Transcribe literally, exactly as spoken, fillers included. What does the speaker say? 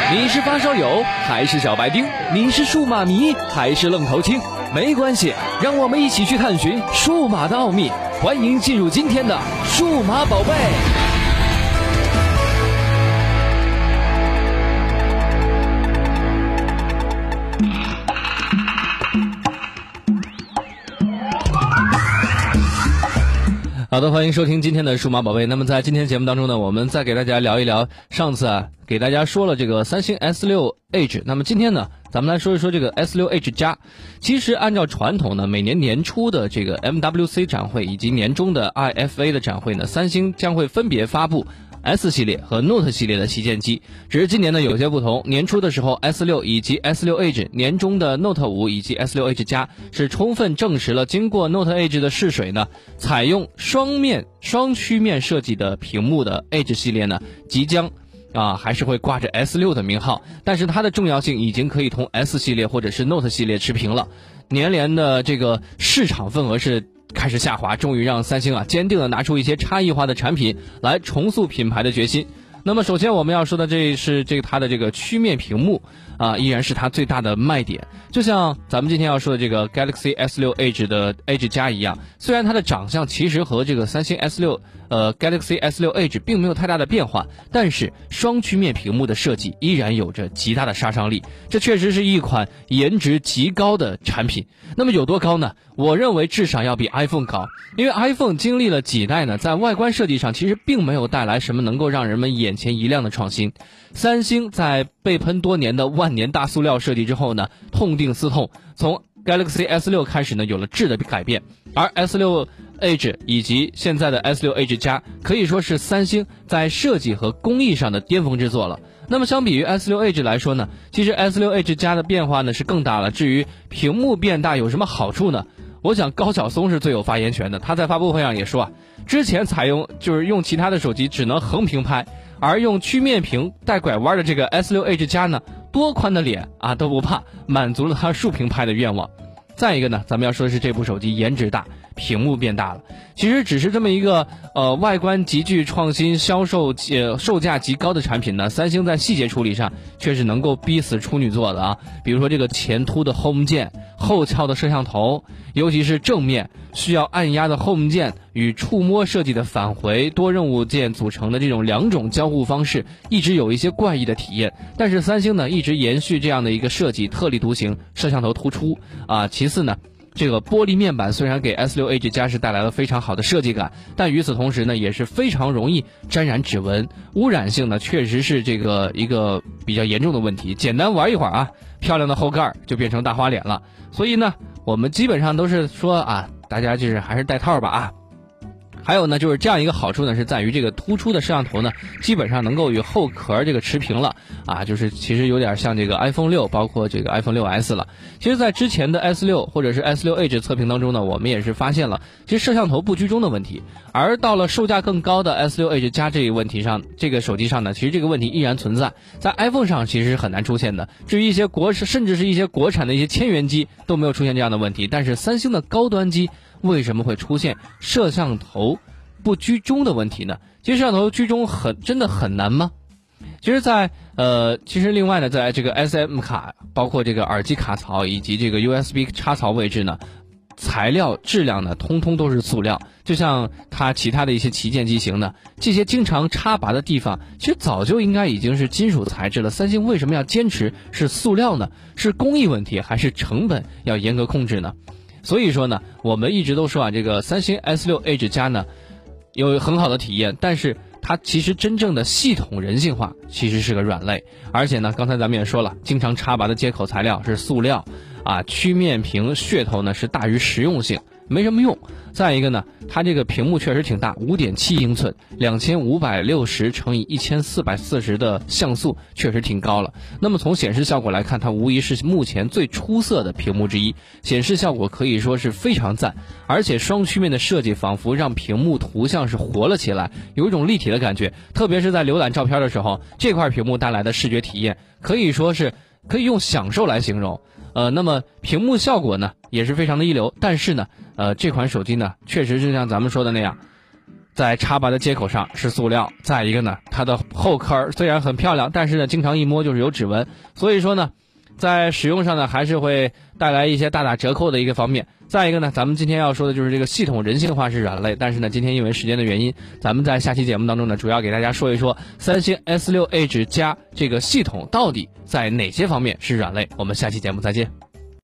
你是发烧友还是小白丁？你是数码迷还是愣头青？没关系，让我们一起去探寻数码的奥秘。欢迎进入今天的数码宝贝。好的，欢迎收听今天的数码宝贝。那么在今天节目当中呢，我们再给大家聊一聊上次啊给大家说了这个三星 S 六 Edge。那么今天呢，咱们来说一说这个 S 六 Edge 加。其实按照传统呢，每年年初的这个 M W C 展会以及年中的 I F A 的展会呢，三星将会分别发布S 系列和 Note 系列的旗舰机，只是今年呢有些不同。年初的时候 S 六 以及 S 六 Edge， 年中的 Note 五以及 S 六 Edge 加是充分证实了经过 Note Edge 的试水呢，采用双面双曲面设计的屏幕的 Edge 系列呢，即将啊还是会挂着 S 六 的名号，但是它的重要性已经可以同 S 系列或者是 Note 系列持平了。年联的这个市场份额是开始下滑，终于让三星啊坚定的拿出一些差异化的产品来重塑品牌的决心。那么首先我们要说的这是这个它的这个曲面屏幕啊，依然是它最大的卖点。就像咱们今天要说的这个 Galaxy S 六 Edge 的 Edge 加一样，虽然它的长相其实和这个三星 S 六呃 Galaxy S 六 Edge 并没有太大的变化，但是双曲面屏幕的设计依然有着极大的杀伤力。这确实是一款颜值极高的产品。那么有多高呢？我认为至少要比 iPhone 高，因为 iPhone 经历了几代呢，在外观设计上其实并没有带来什么能够让人们眼前一亮的创新。三星在被喷多年的万年大塑料设计之后呢，痛定思痛，从 Galaxy S 六开始呢有了质的改变，而 S 六 Edge 以及现在的 S 六 Edge 加可以说是三星在设计和工艺上的巅峰之作了。那么相比于 S 六 Edge 来说呢，其实 S 六 Edge 加的变化呢是更大了。至于屏幕变大有什么好处呢？我想高晓松是最有发言权的，他在发布会上也说啊，之前采用就是用其他的手机只能横屏拍，而用曲面屏带拐弯的这个 S 六 Edge 加呢，多宽的脸啊都不怕，满足了他竖屏拍的愿望。再一个呢，咱们要说的是这部手机颜值大，屏幕变大了。其实只是这么一个呃外观极具创新、销售呃售价极高的产品呢，三星在细节处理上却是能够逼死处女座的啊。比如说这个前凸的 Home 键、后翘的摄像头，尤其是正面需要按压的 Home 键与触摸设计的返回多任务键组成的这种两种交互方式，一直有一些怪异的体验。但是三星呢一直延续这样的一个设计，特立独行，摄像头突出啊。其次呢，这个玻璃面板虽然给 S 六 Edge 加是带来了非常好的设计感，但与此同时呢，也是非常容易沾染指纹，污染性呢确实是这个一个比较严重的问题。简单玩一会儿啊，漂亮的后盖就变成大花脸了。所以呢，我们基本上都是说啊，大家就是还是戴套吧啊。还有呢，就是这样一个好处呢，是在于这个突出的摄像头呢，基本上能够与后壳这个持平了啊，就是其实有点像这个 iPhone 六，包括这个 iPhone 六 S 了。其实在之前的 S 六 或者是 S 六 Edge 测评当中呢，我们也是发现了其实摄像头不居中的问题，而到了售价更高的 S 六 Edge 加这个问题上，这个手机上呢，其实这个问题依然存在，在 iPhone 上其实是很难出现的。至于一些国甚至是一些国产的一些千元机都没有出现这样的问题，但是三星的高端机为什么会出现摄像头不居中的问题呢？其实摄像头居中很真的很难吗？其实在呃其实另外呢，在这个 S M 卡包括这个耳机卡槽以及这个 U S B 插槽位置呢，材料质量呢通通都是塑料。就像它其他的一些旗舰机型呢，这些经常插拔的地方其实早就应该已经是金属材质了，三星为什么要坚持是塑料呢？是工艺问题还是成本要严格控制呢？所以说呢，我们一直都说啊，这个三星 S 六 Edge 加呢有很好的体验，但是它其实真正的系统人性化其实是个软肋。而且呢，刚才咱们也说了，经常插拔的接口材料是塑料啊，曲面屏噱头呢是大于实用性，没什么用。再一个呢，它这个屏幕确实挺大， 五点七英寸，两千五百六十乘以一千四百四十的像素确实挺高了。那么从显示效果来看，它无疑是目前最出色的屏幕之一，显示效果可以说是非常赞。而且双曲面的设计仿佛让屏幕图像是活了起来，有一种立体的感觉。特别是在浏览照片的时候，这块屏幕带来的视觉体验可以说是可以用享受来形容。呃，那么屏幕效果呢也是非常的一流，但是呢，呃，这款手机呢确实是像咱们说的那样， 在插拔的接口上是塑料，再一个呢，它的后壳虽然很漂亮，但是呢，经常一摸就是有指纹，所以说呢，在使用上呢，还是会带来一些大打折扣的一个方面。再一个呢，咱们今天要说的就是这个系统人性化是软肋，但是呢，今天因为时间的原因，咱们在下期节目当中呢，主要给大家说一说三星 S 六 Edge 加这个系统到底在哪些方面是软肋。我们下期节目再见。